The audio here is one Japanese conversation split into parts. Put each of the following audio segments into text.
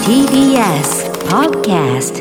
TBS Podcast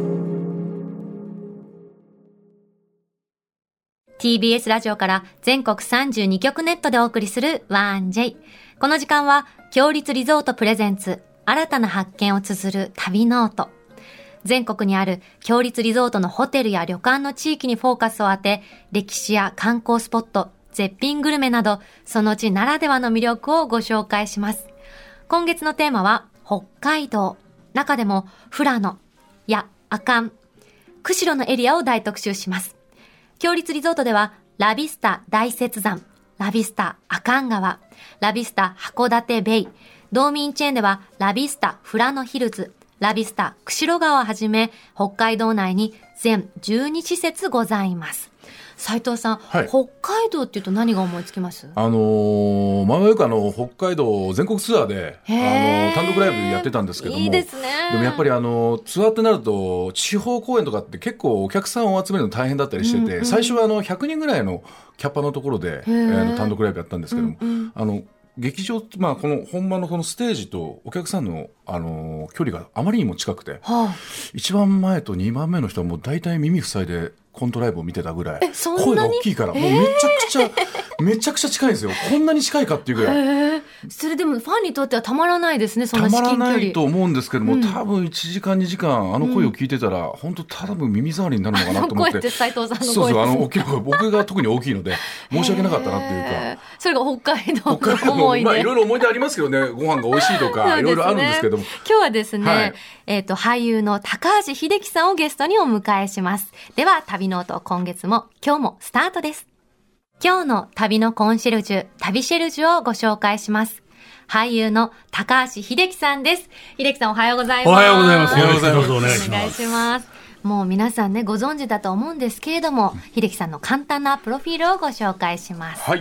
TBS ラジオから全国32局ネットでお送りする 1J。 この時間は強立リゾートプレゼンツ新たな発見を綴る旅ノート。全国にある強立リゾートのホテルや旅館の地域にフォーカスを当て、歴史や観光スポット、絶品グルメなどその地ならではの魅力をご紹介します。今月のテーマは北海道。中でも富良野や阿寒、釧路のエリアを大特集します。強立リゾートではラビスタ大雪山、ラビスタ阿寒川、ラビスタ函館ベイ、道民チェーンではラビスタ富良野ヒルズ、ラビスタ釧路川をはじめ北海道内に全12施設ございます。斉藤さん、はい、北海道っていうと何が思いつきます？ 前はよく北海道全国ツアーで単独ライブやってたんですけども、 いいですね。 でもやっぱりツアーってなると地方公演とかって結構お客さんを集めるの大変だったりしてて、最初は100人ぐらいのキャパのところで、単独ライブやったんですけども、劇場、この本番のこのステージとお客さんの、距離があまりにも近くて、1番前と2番目の人はもう大体耳塞いでコントライブを見てたぐらい、声が大きいから、もうめちゃくちゃ近いんですよ。こんなに近いかっていうぐらい。 それでもファンにとってはたまらないですね、そんな至近距離。 たまらないと思うんですけども、多分1時間2時間声を聞いてたら、本当多分耳障りになるのかなと思って。 声って斉藤さんの声です。 そう大きい声、僕が特に大きいので申し訳なかったなっていうか。 それが北海道の思い出。 いろいろ思い出ありますけどね、ご飯が美味しいとかいろいろあるんですけども、 今日はですね、俳優の高橋英樹さんをゲストにお迎えします。では旅ノート、今日もスタートです。今日の旅のコンシェルジュ、旅シェルジュをご紹介します。俳優の高橋英樹さんです。英樹さん、おはようございます。 おはようございます。 よろしくどうぞお願いします。もう皆さんね、ご存知だと思うんですけれども、英樹さんの簡単なプロフィールをご紹介します。 はい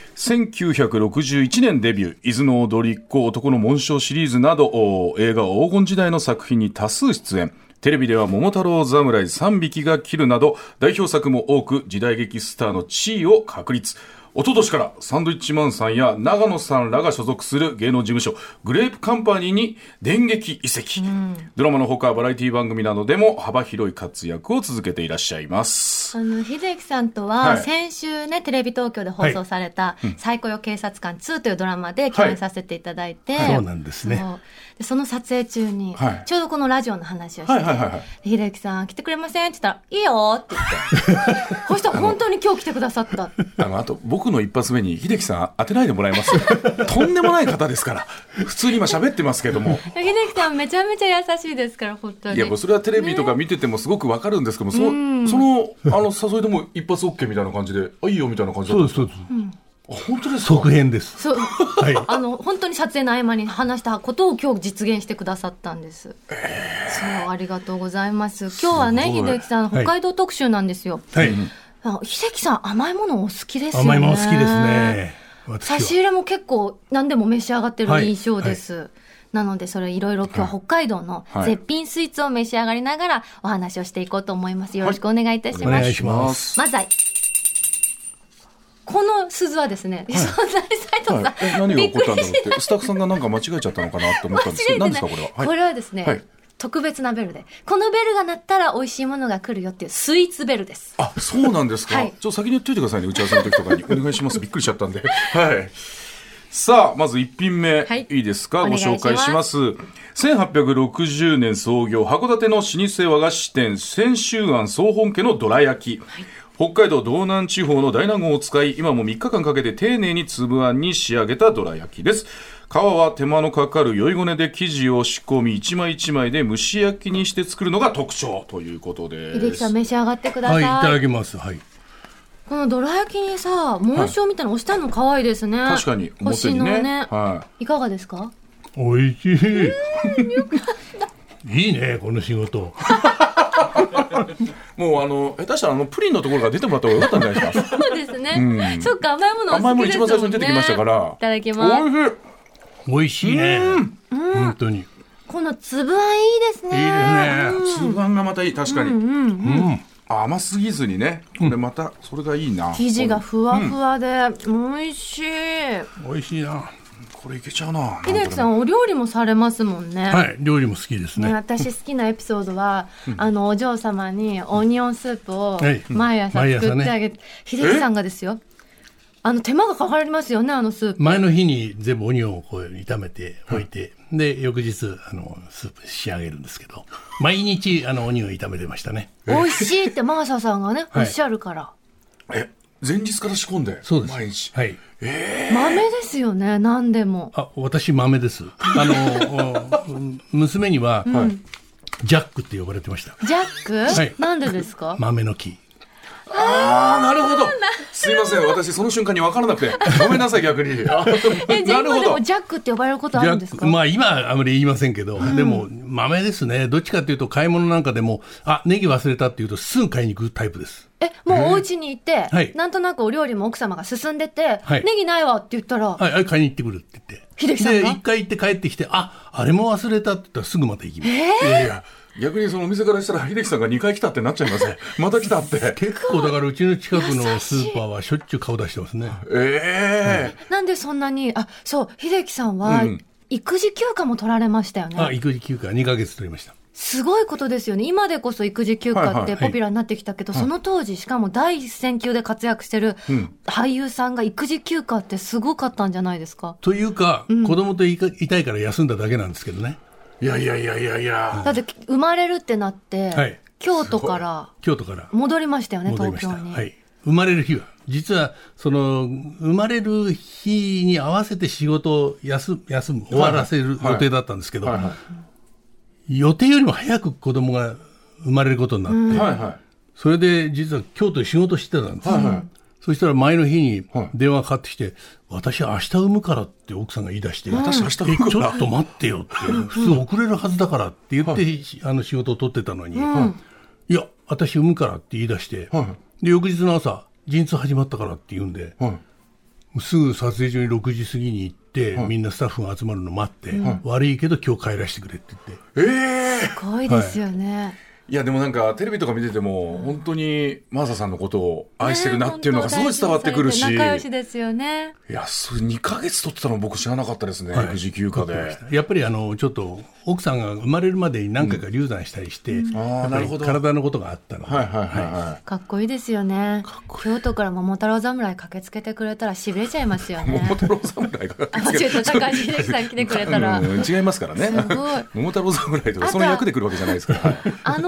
。1961年デビュー、伊豆の踊り子、男の紋章シリーズなど映画黄金時代の作品に多数出演。テレビでは桃太郎侍3匹が切るなど代表作も多く、時代劇スターの地位を確立。一昨年からサンドイッチマンさんや長野さんらが所属する芸能事務所グレープカンパニーに電撃移籍、ドラマのほかバラエティ番組などでも幅広い活躍を続けていらっしゃいます。 秀樹さんとは先週ね、テレビ東京で放送されたサイコヨ警察官2というドラマで共演させていただいて、 そうなんですね。 その撮影中に、ちょうどこのラジオの話をしてて、秀樹さん来てくれませんって言ったらいいよって言ってそしたら本当に今日来てくださった。 あと僕の一発目に秀樹さん当てないでもらえますとんでもない方ですから。普通に今喋ってますけども、 秀樹さんめちゃめちゃ優しいですから、本当に。 いや、もうそれはテレビとか見ててもすごくわかるんですけども、その誘いでも一発 OK みたいな感じで、いいよみたいな感じだったんです。 そうです。 本当ですか？ 続編です。 そう、本当に撮影の合間に話したことを今日実現してくださったんです。そう、ありがとうございます。今日はね、秀樹さん北海道特集なんですよ。秀樹さん甘いものお好きですよね。 甘いもの好きですね。 差し入れも結構何でも召し上がってる印象です。なのでそれいろいろ今日北海道の絶品スイーツを召し上がりながらお話をしていこうと思います。よろしくお願いいたします。 お願いします。 まずはこの鈴はですね、斉藤さん、 何が起こったんだろうってスタッフさんがなんか間違えちゃったのかなと思ったんですけど、何ですかこれは？ これはですね、特別なベルで、このベルが鳴ったら美味しいものが来るよっていうスイーツベルです。 あ、そうなんですか。先に言っといてくださいね、打ち合わせの時とかにお願いします。びっくりしちゃったんで。さあ、まず1品目、いいですか？ご紹介します。1860年創業、函館の老舗和菓子店千秋庵総本家のどら焼き。北海道道南地方の大納言を使い、今も3日間かけて丁寧に粒あんに仕上げたどら焼きです。皮は手間のかかる酔いごねで生地を仕込み、一枚一枚で蒸し焼きにして作るのが特徴ということです。 秀樹さん、召し上がってください。 いただきます。このどら焼きにさ、紋章みたいなの押したの可愛いですね。 確かに表にね。 いかがですか？ おいしい。いいね、この仕事。 もう下手したらプリンのところが出てもらった方がよかったんじゃないですか。 そうですね。そっか、甘いものお好きですもんね。 甘いもの一番最初に出てきましたから。 いただきます。 おいしいね。本当に。 この粒あんいいですね。 いいですね。粒あんがまたいい。確かに。甘すぎずにね、これまたそれがいいな。 生地がふわふわで美味しい。 美味しいな。 これいけちゃうな。 秀樹さんお料理もされますもんね。 はい、料理も好きですね。 私好きなエピソードは、お嬢様にオニオンスープを毎朝作ってあげて、秀樹さんがですよ、手間がかかりますよね、スープ。 前の日に全部オニオンをこう炒めておいて、で翌日スープ仕上げるんですけど、毎日オニオン炒めてましたね。 美味しいってマーサさんがね、おっしゃるから。 前日から仕込んで。 そうです。 毎日。 はい。 豆ですよね、何でも。 私豆です。娘には、ジャックって呼ばれてました。 ジャック？はい。なんでですか？ 豆の木。 なるほど。すいません、私その瞬間に分からなくてごめんなさい、逆に。 じゃあ今でもジャックって呼ばれることあるんですか？ まあ今あまり言いませんけど、でも豆ですね。どっちかというと買い物なんかでもネギ忘れたっていうとすぐ買いに行くタイプです。 もうお家に行って、なんとなくお料理も奥様が進んでて、ネギないわって言ったら、 買いに行ってくるって言って、 秀樹さんがで一回行って帰ってきて、あれも忘れたって言ったらすぐまた行きます。 いや逆にそのお店からしたら秀樹さんが2回来たってなっちゃいますね。また来たって。 結構だからうちの近くのスーパーはしょっちゅう顔出してますね。 なんでそんなにそう、秀樹さんは育児休暇も取られましたよね。 育児休暇2ヶ月取りました。 すごいことですよね。今でこそ育児休暇ってポピュラーになってきたけど、その当時しかも第一線級で活躍してる俳優さんが育児休暇ってすごかったんじゃないですか。 というか、子供といたいから休んだだけなんですけどね。 いやだって生まれるってなって、京都から戻りましたよね、東京に。 生まれる日は実はその生まれる日に合わせて仕事を休む終わらせる予定だったんですけど、予定よりも早く子供が生まれることになって、それで実は京都で仕事してたんです。そしたら前の日に電話かかってきて、私明日産むからって奥さんが言い出して、私明日産むからちょっと待ってよって、普通遅れるはずだからって言って仕事を取ってたのに、いや私産むからって言い出して、で翌日の朝陣痛始まったからって言うんで、すぐ撮影所に6時過ぎに行って、みんなスタッフが集まるの待って、悪いけど今日帰らせてくれって言って。 すごいですよね。 いやでもなんかテレビとか見てても本当にマーサさんのことを愛してるなっていうのがすごい伝わってくるし、 仲良しですよね。 いやそれ2ヶ月取ってたの僕知らなかったですね、育児休暇で。 やっぱりちょっと奥さんが生まれるまでに何回か流産したりして、やっぱり体のことがあったので、 かっこいいですよね。京都から桃太郎侍駆けつけてくれたらしびれちゃいますよね。 桃太郎侍が高橋秀樹さん来てくれたら、 違いますからね。 すごい。 桃太郎侍とかその役で来るわけじゃないですから。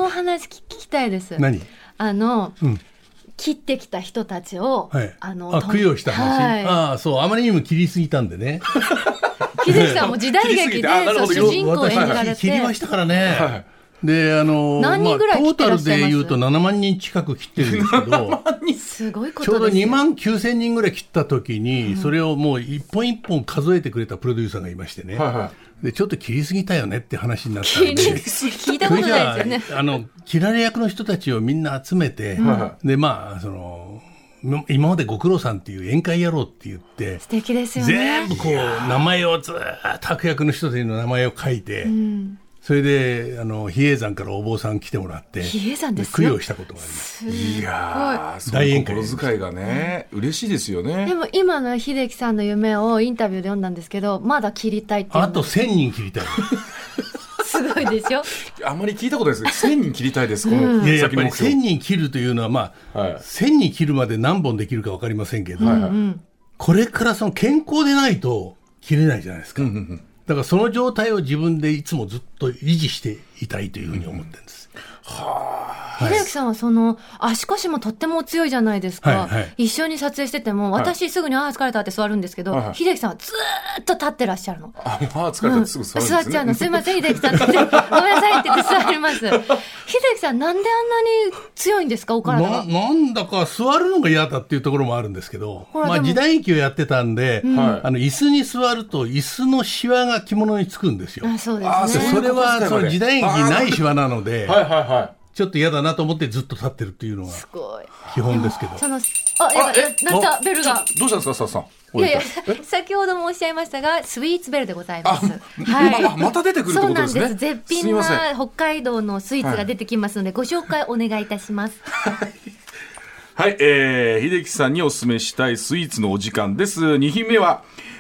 話聞きたいです。 何？ 切ってきた人たちを、 供養した話。そう、あまりにも切りすぎたんでね。 秀樹さんも時代劇で主人公を演じられて。 切りましたからね。で、 何人ぐらい切ってらっしゃいます？ トータルで言うと7万人近く切ってるんですけど、 すごいことですよ。 ちょうど2万9,000人ぐらい切った時に、それをもう一本一本数えてくれたプロデューサーがいましてね。でちょっと切りすぎたよねって話になったんで、 聞いたことないですよね。 切られ役の人たちをみんな集めて、で今までご苦労さんっていう宴会やろうって言って、 素敵ですよね。 全部こう名前をずっと悪役の人たちの名前を書いて、それで比叡山からお坊さん来てもらって比叡山ですよ、 供養したことがあります。 いやー、大宴会、心遣いがね、嬉しいですよね。 でも今の秀樹さんの夢をインタビューで読んだんですけど、まだ切りたいっていう。 あと1000人切りたい。 すごいですよ。 あんまり聞いたことないですけど、1000人切りたいです。このやっぱり1000人切るというのは、1000人切るまで何本できるか分かりませんけど、これからその健康でないと切れないじゃないですか。だからその状態を自分でいつもずっと維持していたいというふうに思ってるんです。 秀樹さんはその足腰もとっても強いじゃないですか。一緒に撮影してても、私すぐに疲れたって座るんですけど、秀樹さんはずーっと立ってらっしゃるの。 疲れたってすぐ座るんですね。 座っちゃうの。すいません、秀樹さんって言って、ごめんなさいって言って座ります。秀樹さんなんであんなに強いんですか、お体が。 なんだか座るのが嫌だっていうところもあるんですけど、時代劇をやってたんで、椅子に座ると椅子のシワが着物につくんですよ。 そうですね。 それはその時代劇ないシワなので、ちょっと嫌だなと思ってずっと立ってるっていうのが基本ですけど。 やばい、鳴ったベルが。 どうしたんですか、スタッフさん。 いや先ほどもおっしゃいましたが、スイーツベルでございます。 また出てくるってことですね。 そうなんです。絶品な北海道のスイーツが出てきますので、ご紹介お願いいたします。 はい、秀樹さんにお勧めしたいスイーツのお時間です。2品目は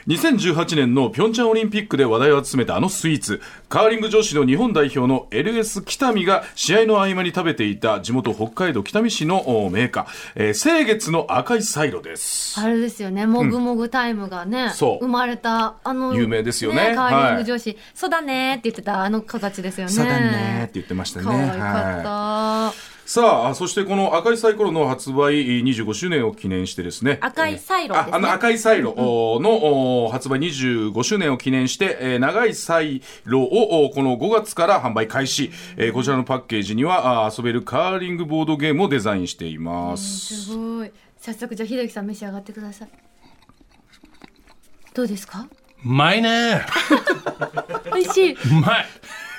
2018年のピョンチャンオリンピックで話題を集めたあのスイーツ、カーリング女子の日本代表の LS 北見が試合の合間に食べていた地元北海道北見市のメーカー、清月の赤いサイロです。 あれですよね、もぐもぐタイムがね、生まれた有名ですよね、 カーリング女子、そうだねって言ってたあの子たちですよね。 そうだねって言ってましたね。 可愛かった、 さあ、そしてこの赤いサイコロの発売25周年を記念してですね、 赤いサイロですね、 赤いサイロの発売25周年を記念して、長いサイロをこの5月から販売開始、こちらのパッケージには遊べるカーリングボードゲームをデザインしています。 すごい。早速じゃあ秀樹さん召し上がってください。どうですか？ うまいね。 美味しい。 うまい。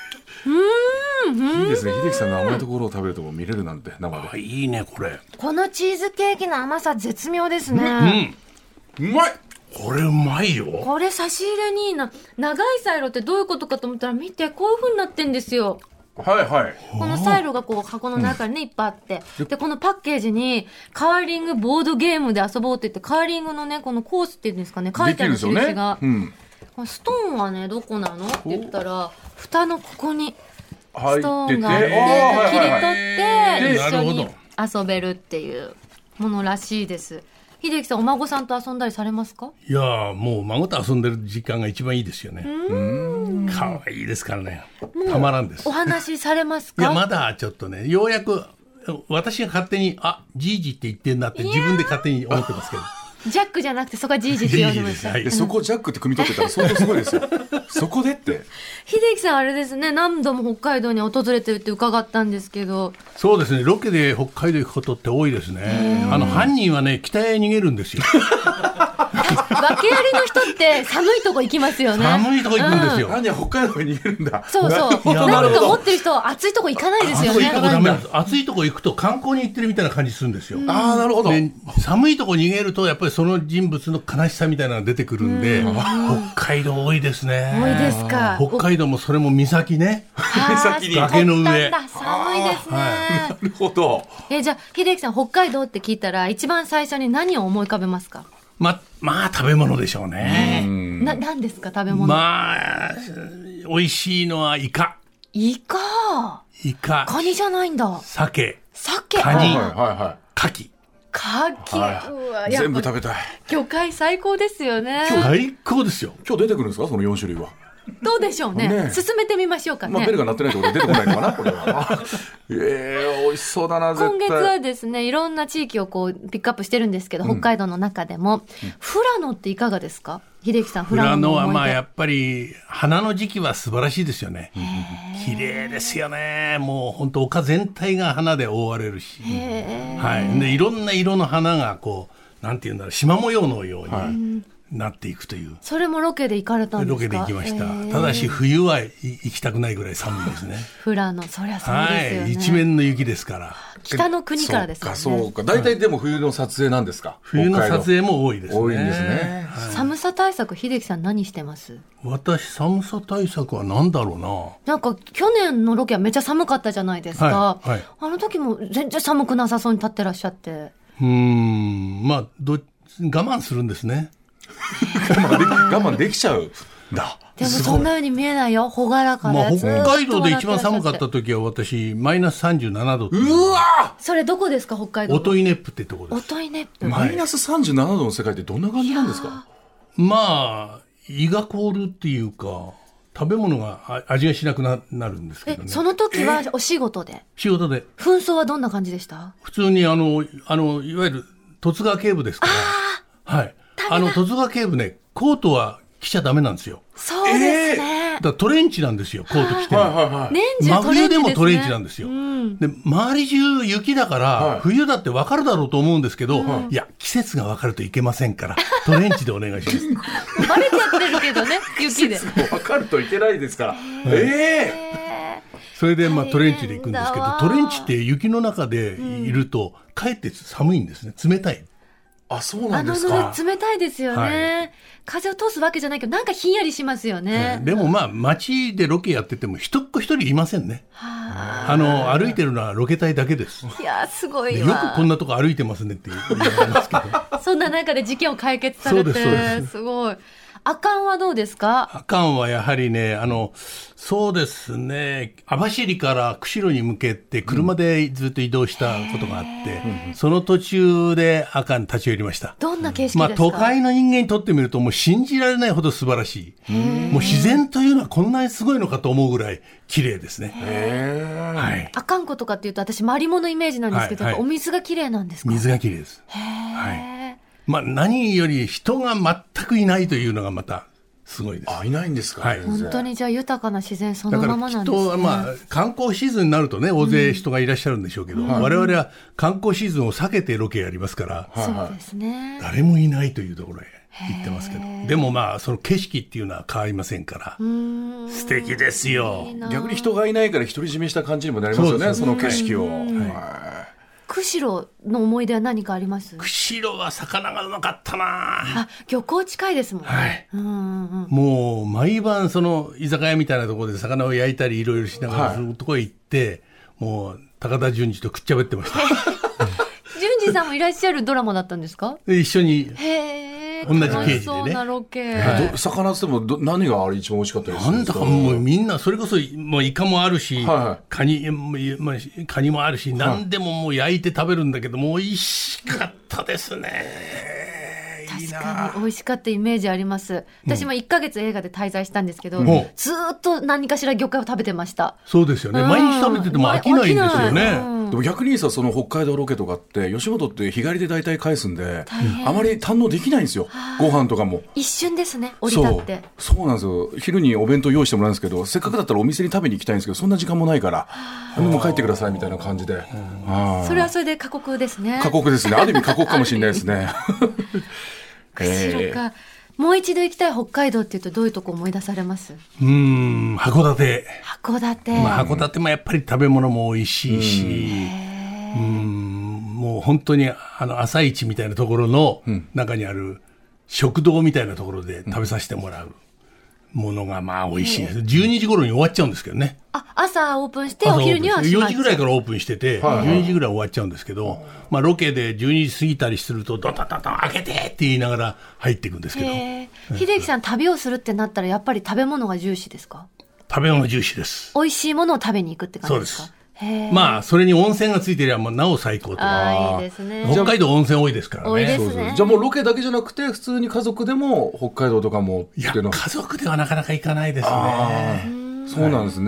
いいですね、秀樹さんが甘いところを食べるとこ見れるなんて生で。 いいねこれ。 このチーズケーキの甘さ絶妙ですね。 うまい。 これうまいよ。 これ差し入れにいいな。長いサイロってどういうことかと思ったら、見てこういう風になってんですよ。 はいはい。 このサイロがこう箱の中にね、いっぱいあって、でこのパッケージにカーリングボードゲームで遊ぼうって言って、カーリングのねこのコースっていうんですかね、書いてある印が、このストーンはねどこなのって言ったら、蓋のここにストーンがあって、切り取って一緒に遊べるっていうものらしいです。秀樹さん、お孫さんと遊んだりされますか？ いやもう孫と遊んでる時間が一番いいですよね。可愛いですからね、たまらんです。 お話しされますか？ いやまだちょっとね、ようやく私が勝手にじいじって言ってんなって自分で勝手に思ってますけど。 ジャックじゃなくてそこはジージって呼んでました、 はい、そこをジャックって汲み取ってたら相当すごいですよ。そこでって秀樹さんあれですね、何度も北海道に訪れてるって伺ったんですけど。 そうですね、ロケで北海道行くことって多いですね。犯人はね北へ逃げるんですよ。 訳ありの人って寒いとこ行きますよね。 寒いとこ行くんですよ。 犯人は北海道に逃げるんだ。 そうそう、何か持ってる人は暑いとこ行かないですよね。 暑いとこ行くと観光に行ってるみたいな感じするんですよ。 なるほど。 寒いとこ逃げるとやっぱりその人物の悲しさみたいなのが出てくるんで、北海道多いですね。 多いですか。 北海道もそれも岬ね。 岬に崖の上。 寒いですね。 なるほど。 じゃあ秀樹さん、北海道って聞いたら一番最初に何を思い浮かべますか？ まあ食べ物でしょうね。 何ですか食べ物？ 美味しいのはイカ。 イカ。カニじゃないんだ。 鮭。 カニ。 カキ。 全部食べたい。 魚介最高ですよね。 最高ですよ。 今日出てくるんですか、その4種類は。 どうでしょうね。進めてみましょうかね。 ベルが鳴ってないところで出てこないのかなこれは。美味しそうだな。絶対今月はですね、いろんな地域をこうピックアップしてるんですけど、北海道の中でも富良野っていかがですか？秀樹さん、富良野はやっぱり花の時期は素晴らしいですよね。綺麗ですよね。もう本当丘全体が花で覆われるし、でいろんな色の花がこうなんていうんだろう、縞模様のようになっていくという。 それもロケで行かれたんですか？ ロケで行きました。ただし冬は行きたくないぐらい寒いですね。 富良野、そりゃそうですよね。 一面の雪ですから。 北の国からですよね。 そうか。大体でも冬の撮影なんですか？ 冬の撮影も多いですね。 多いんですね。 寒さ対策、秀樹さん何してます？ 私寒さ対策は何だろうな。 なんか去年のロケはめっちゃ寒かったじゃないですか。あの時も全然寒くなさそうに立ってらっしゃって。 我慢するんですね。 我慢できちゃう。 でもそんなように見えないよ、朗らかで。 北海道で一番寒かった時は私マイナス37度って。 うわ、 それどこですか？北海道。 音威熱風ってところです。 音威熱風。 マイナス37度の世界ってどんな感じなんですか？ 胃が凍るっていうか、食べ物が味がしなくなるんですけどね。 その時はお仕事で？ 仕事で。 紛争はどんな感じでした？ 普通にいわゆる十津川警部ですから。十津川警部ね、コートは着ちゃダメなんですよ。 そうですね。 だからトレンチなんですよ、コート着ても。 年中トレンチですね。 真冬でもトレンチなんですよ。で周り中雪だから、冬だって分かるだろうと思うんですけど、いや季節が分かるといけませんからトレンチでお願いします。 バレちゃってるけどね、雪で。 分かるといけないですから。 それでトレンチで行くんですけど、トレンチって雪の中でいるとかえって寒いんですね。冷たい。 そうなんですか。 冷たいですよね。風を通すわけじゃないけど、なんかひんやりしますよね。 でも街でロケやってても一人いませんね。歩いてるのはロケ隊だけです。 いやすごいわ。 よくこんなとこ歩いてますねって言われますけど。 そんな中で事件を解決されて、すごい。 阿寒はどうですか？ 阿寒はやはりね、そうですね、網走から釧路に向けて車でずっと移動したことがあって、その途中で阿寒に立ち寄りました。 どんな景色ですか？ 都会の人間にとってみるともう信じられないほど素晴らしい。もう自然というのはこんなにすごいのかと思うぐらい綺麗ですね。 はい。阿寒湖とかっていうと私マリモのイメージなんですけど、お水が綺麗なんですか？ 水が綺麗です。はい。何より人が全くいないというのがまたすごいです。 いないんですか？ 本当にじゃあ豊かな自然そのままなんですね。 だからきっと観光シーズンになるとね、大勢人がいらっしゃるんでしょうけど、我々は観光シーズンを避けてロケやりますから、 そうですね。 誰もいないというところへ行ってますけど、でもその景色っていうのは変わりませんから、素敵ですよ。 逆に人がいないから独り占めした感じにもなりますよね、その景色を。 釧路の思い出は何かあります？ 釧路は魚がうまかったな。 漁港近いですもんね。はい。 もう毎晩その居酒屋みたいなところで魚を焼いたりいろいろしながらそのところへ行って、もう高田純次とくっちゃべってました。 純次さんもいらっしゃるドラマだったんですか？ 一緒に。同じ刑事でね。 そうなロケ。 魚っても何が一番美味しかったですか？ なんだかもうみんなそれこそもうイカもあるし、カニもあるし、何でももう焼いて食べるんだけどもう美味しかったですね。 確かに美味しかったイメージあります。私も1ヶ月映画で滞在したんですけど、ずっと何かしら魚介を食べてました。 そうですよね。毎日食べてても飽きないんですよね。 でも逆にさ、その北海道ロケとかって吉本って日帰りで大体返すんで、あまり堪能できないんですよ。ご飯とかも一瞬ですね、降り立って。 そうなんですよ。昼にお弁当用意してもらうんですけど、せっかくだったらお店に食べに行きたいんですけど、そんな時間もないからもう帰ってくださいみたいな感じで。 それはそれで過酷ですね。 過酷ですね。ある意味過酷かもしれないですね。 釧路か。もう一度行きたい北海道っていうとどういうとこ思い出されます？ 函館。 函館。 函館もやっぱり食べ物も美味しいし、もう本当に朝市みたいなところの中にある食堂みたいなところで食べさせてもらうものが美味しいです。12時頃に終わっちゃうんですけどね。 朝オープンしてお昼には閉まっちゃう。 4時ぐらいからオープンしてて、12時ぐらい終わっちゃうんですけど、ロケで12時過ぎたりするとドンドンドンドン開けてって言いながら入っていくんですけど。 秀樹さん、旅をするってなったらやっぱり食べ物が重視ですか？ 食べ物重視です。 美味しいものを食べに行くって感じですか？ そうです。それに温泉がついていればなお最高といいですね。 北海道温泉多いですからね。 多いですね。 じゃあもうロケだけじゃなくて普通に家族でも北海道とかもいや家族ではなかなか行かないですね。 そうなんですね。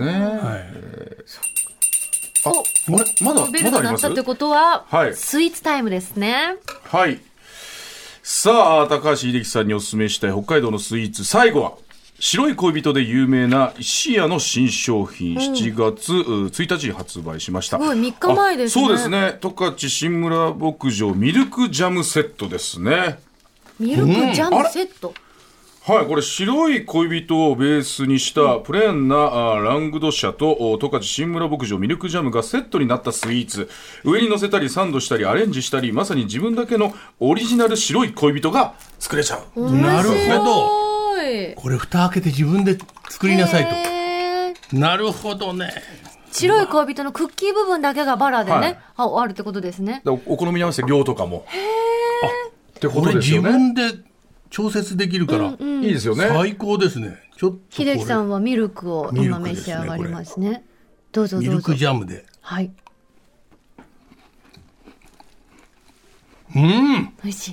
まだあります？ベルが鳴ったってことは、スイーツタイムですね。 はい。さあ高橋秀樹さんにお勧めしたい北海道のスイーツ、最後は白い恋人で有名な石屋の新商品、7月1日に発売しました。 すごい、3日前ですね。 そうですね。十勝新村牧場ミルクジャムセットですね。 ミルクジャムセット、 はい、これ白い恋人をベースにしたプレーンなラングドシャと十勝新村牧場ミルクジャムがセットになったスイーツ。上に乗せたりサンドしたりアレンジしたり、まさに自分だけのオリジナル白い恋人が作れちゃう。 なるほど。これ蓋開けて自分で作りなさいと。なるほどね。 白い恋人のクッキー部分だけがバラでね、あるってことですね。 お好みに合わせて量とかもってことですよね。 これ自分で調節できるから、いいですよね。 最高ですね。ちょっと秀樹さんはミルクを今召し上がりますね。どうぞどうぞ。 ミルクジャムで。 はい。美味しい。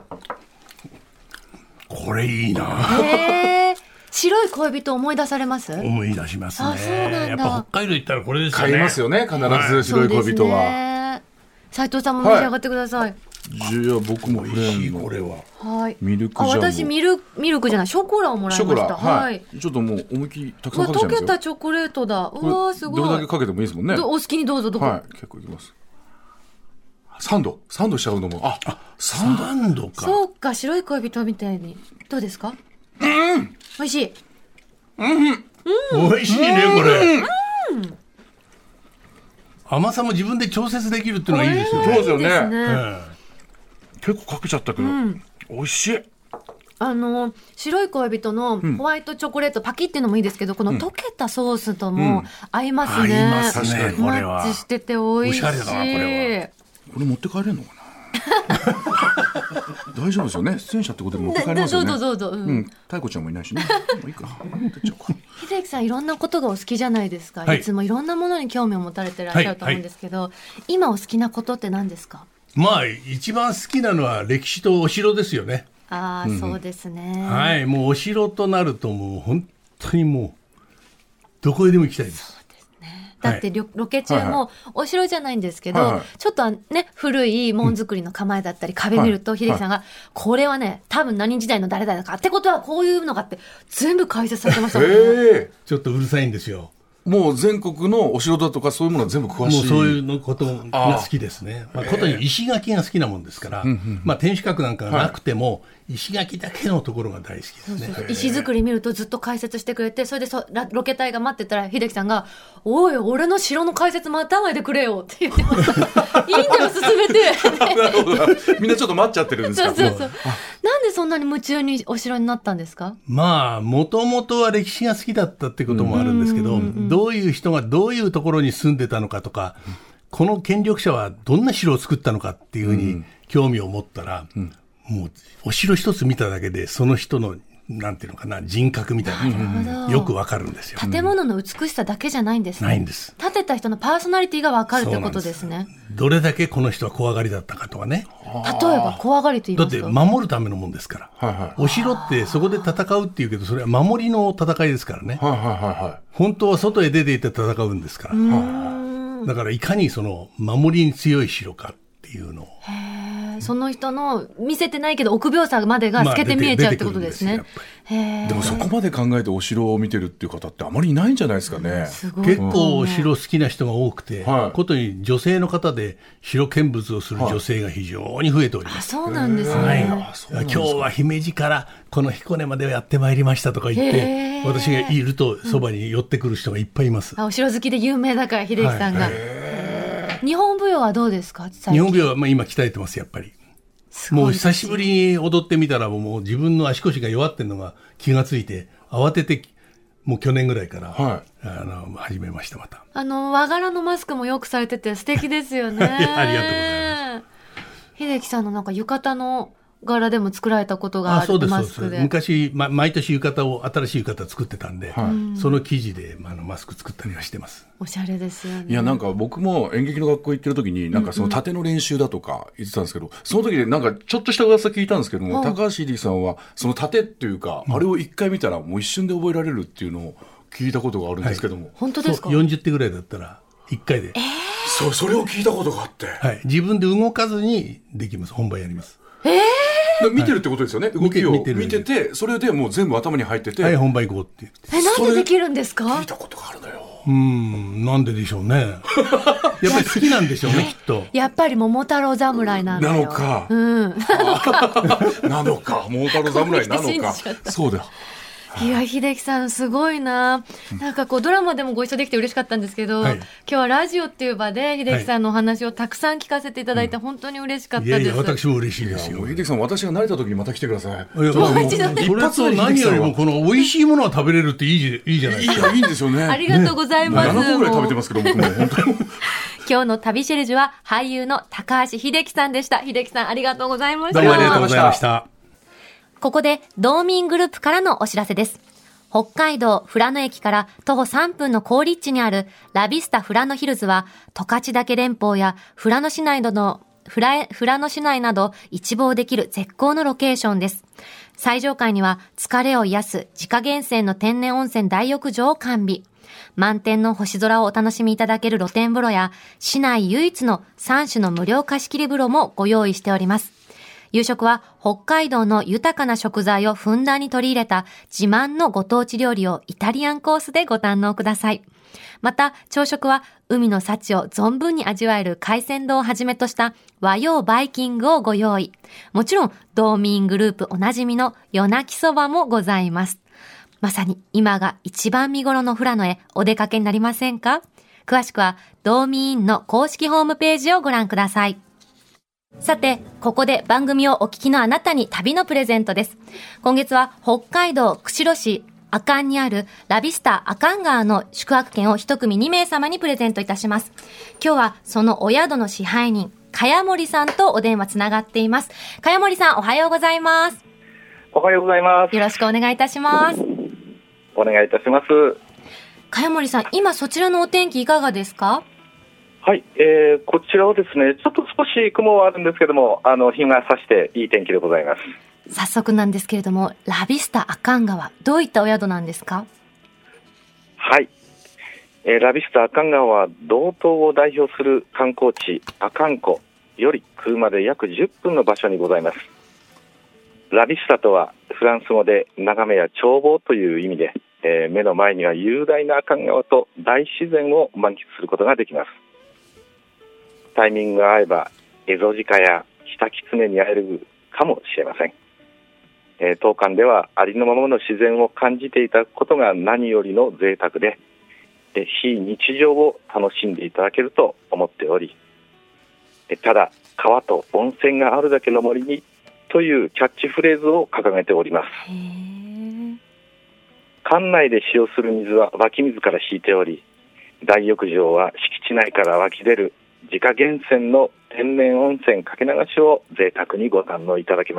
これいいな。 白い恋人思い出されます？ 思い出しますね。 そうなんだ。 やっぱ北海道行ったらこれですよね。 買いますよね、必ず白い恋人は。 斉藤さんも召し上がってください。 じゃあ僕もフレームのこれは。 はい。 ミルクジャム。 私ミルクじゃない、ショコラをもらいました。 はい。ちょっともう思いっきりたくさんかけちゃいますよ。 溶けたチョコレートだ。うわすごい。 どれだけかけてもいいですもんね。 お好きにどうぞ。どこ？ はい。結構いきます。サンドしちゃうのも。 サンドか。 そうか、白い恋人みたいに。どうですか？美味しい。 美味しいねこれ。甘さも自分で調節できるっていうのがいいですよね。 そうですよね。結構かけちゃったけど、美味しい。 白い恋人のホワイトチョコレート、パキっていうのもいいですけど、この溶けたソースとも合いますね。 合いますね。これはマッチしてて美味しい。 おしゃれだなこれは。 これ持って帰れるのかな。 大丈夫ですよね。出演者ってことで持って帰りますよね。 どうぞ。 太子ちゃんもいないしね。もういいか。 秀樹さんいろんなことがお好きじゃないですか、はい、いつもいろんなものに興味を持たれてらっしゃると思うんですけど、今お好きなことって何ですか？ まあ一番好きなのは歴史とお城ですよね。 そうですね。 はい、もうお城となるともう本当にもうどこへでも行きたいです。 だってロケ中もお城じゃないんですけど、ちょっとね古い門造りの構えだったり壁見ると、秀樹さんがこれはね多分何時代の誰々だかってことはこういうのがあって全部解説されてましたもんね。 ちょっとうるさいんですよ。 もう全国のお城だとかそういうものは全部詳しい。 もうそういうのことが好きですね。ことに石垣が好きなもんですから、天守閣なんかがなくても、石垣だけのところが大好きですね。 そう石造り見るとずっと解説してくれて、それでロケ隊が待ってたら秀樹さんがおい俺の城の解説待たないでくれよって言ってましたいいんだよ進めてなるほど。みんなちょっと待っちゃってるんですか？ そうなんでそんなに夢中にお城になったんですか？ まあもともとは歴史が好きだったってこともあるんですけど、どういう人がどういうところに住んでたのかとか、この権力者はどんな城を作ったのかっていうふうに興味を持ったら、もうお城一つ見ただけでその人のなんていうのかな人格みたいなのがよくわかるんですよ。 建物の美しさだけじゃないんですね。 ないんです。 建てた人のパーソナリティがわかるってことですね。 どれだけこの人は怖がりだったかとかね。 例えば怖がりと言いますと、 だって守るためのもんですから、お城ってそこで戦うっていうけどそれは守りの戦いですからね、本当は外へ出ていって戦うんですから。だからいかにその守りに強い城かっていうのを、 その人の見せてないけど臆病さまでが透けて見えちゃうってことですね。 でもそこまで考えてお城を見てるっていう方ってあまりいないんじゃないですかね。 結構お城好きな人が多くて、ことに女性の方で城見物をする女性が非常に増えております。 そうなんですね。 今日は姫路からこの彦根までやってまいりましたとか言って、私がいるとそばに寄ってくる人がいっぱいいます。 お城好きで有名だから秀樹さんが。日本舞踊はどうですか？ 日本舞踊は今鍛えてますやっぱり。もう久しぶりに踊ってみたらもう自分の足腰が弱ってるのが気がついて慌ててもう去年ぐらいから、始めましたまた。 和柄のマスクもよくされてて素敵ですよね。 ありがとうございます。 秀樹さんのなんか浴衣の柄でも作られたことがあるマスクで。 昔、毎年浴衣を新しい浴衣作ってたんで、その生地でマスク作ったりはしてます。 おしゃれですよね。 いやなんか僕も演劇の学校行ってる時になんかその殺陣の練習だとか言ってたんですけど、その時でなんかちょっとした噂聞いたんですけども、高橋秀樹さんはその殺陣っていうか、あれを一回見たらもう一瞬で覚えられるっていうのを聞いたことがあるんですけども、 本当ですか ？40手ぐらいだったら1回で、 それを聞いたことがあって、 自分で動かずにできます。本番やります。 見てるってことですよね。動きを見てて、それでもう全部頭に入ってて、 本番行こうって言って。なんでできるんですか？ 聞いたことがあるのよ。 なんででしょうね。やっぱり好きなんでしょうね、きっと。 やっぱり桃太郎侍なんだよ。 なのか。なのか。桃太郎侍なのか。そうだ。 いや秀樹さんすごいな。なんかこうドラマでもご一緒できて嬉しかったんですけど、今日はラジオっていう場で秀樹さんのお話をたくさん聞かせていただいて本当に嬉しかったです。 いや私も嬉しいですよ。 秀樹さん私が慣れた時にまた来てください。 もう一度ね。 それと何よりもこの美味しいものが食べれるっていいじゃないですか。 いいんですよね。 ありがとうございます。 7個ぐらい食べてますけど僕も本当に。 今日の旅シェルジュは俳優の高橋秀樹さんでした。秀樹さんありがとうございました。 どうもありがとうございました。 ここで道民グループからのお知らせです。北海道富良野駅から徒歩3分の好立地にあるラビスタ富良野ヒルズは十勝岳連峰や富良野市内など一望できる絶好のロケーションです。最上階には疲れを癒す自家源泉の天然温泉大浴場を完備。満天の星空をお楽しみいただける露天風呂や市内唯一の3種の無料貸し切り風呂もご用意しております。夕食は北海道の豊かな食材をふんだんに取り入れた自慢のご当地料理をイタリアンコースでご堪能ください。また朝食は海の幸を存分に味わえる海鮮丼をはじめとした和洋バイキングをご用意。もちろん道民グループおなじみの夜泣きそばもございます。まさに今が一番見頃の富良野へお出かけになりませんか？詳しくは道民の公式ホームページをご覧ください。さて、ここで番組をお聞きのあなたに旅のプレゼントです。今月は北海道釧路市阿寒にあるラビスタ阿寒川の宿泊券を一組2名様にプレゼントいたします。今日はそのお宿の支配人、 茅森さんとお電話つながっています。茅森さん、おはようございます。 おはようございます。 よろしくお願いいたします。 お願いいたします。 茅森さん、今そちらのお天気いかがですか？ はい、こちらはですね、ちょっと少し雲はあるんですけども、日が差していい天気でございます。 早速なんですけれども、ラビスタ阿寒川、どういったお宿なんですか？ はい、ラビスタ阿寒川は道東を代表する観光地阿寒湖より車で約10分の場所にございます。ラビスタとはフランス語で眺めや眺望という意味で、目の前には雄大な阿寒川と大自然を満喫することができます。タイミングが合えばエゾジカやキタキツネに会えるかもしれません。当館ではありのままの自然を感じていただくことが何よりの贅沢で、非日常を楽しんでいただけると思っており、ただ川と温泉があるだけの森にというキャッチフレーズを掲げております。館内で使用する水は湧き水から引いており、大浴場は敷地内から湧き出る自家源泉の天然温泉かけ流しを贅沢にご堪能いただけます。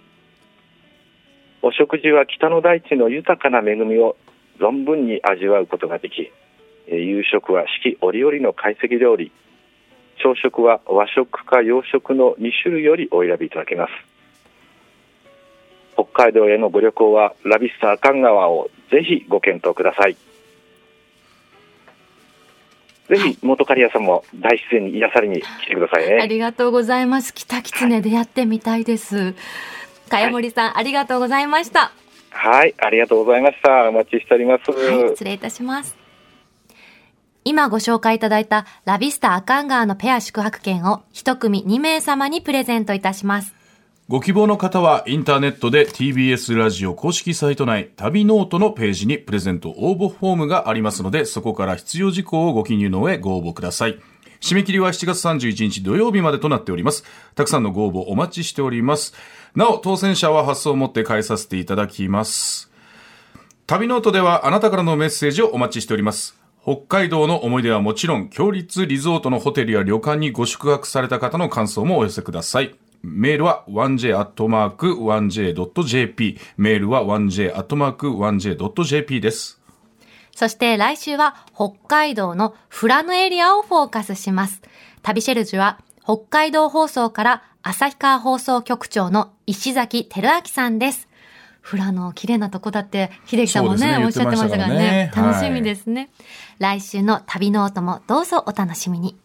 お食事は北の大地の豊かな恵みを存分に味わうことができ、夕食は四季折々の懐石料理、朝食は和食か洋食の2種類よりお選びいただけます。北海道へのご旅行はラビスタ阿寒川をぜひご検討ください。ぜひ元刈谷さんも大自然に癒されに来てくださいね。 ありがとうございます。キタキツネ出会ってみたいです。茅森さん、ありがとうございました。 はい、ありがとうございました。お待ちしております。 はい、失礼いたします。今ご紹介いただいたラビスタ阿寒川のペア宿泊券を一組2名様にプレゼントいたします。 ご希望の方はインターネットで TBS ラジオ公式サイト内旅ノートのページにプレゼント応募フォームがありますので、そこから必要事項をご記入の上ご応募ください。締め切りは7月31日土曜日までとなっております。たくさんのご応募お待ちしております。なお当選者は発送をもって返させていただきます。旅ノートではあなたからのメッセージをお待ちしております。北海道の思い出はもちろん、強立リゾートのホテルや旅館にご宿泊された方の感想もお寄せください。メールは 1j@1j.jp、 メールは 1j@1j.jp です。 そして来週は北海道の富良野エリアをフォーカスします。旅シェルジュは北海道放送から旭川放送局長の石崎照明さんです。富良野綺麗なとこだって秀樹さんも ねおっしゃってましたからね。楽しみですね。来週の旅ノートもどうぞお楽しみに。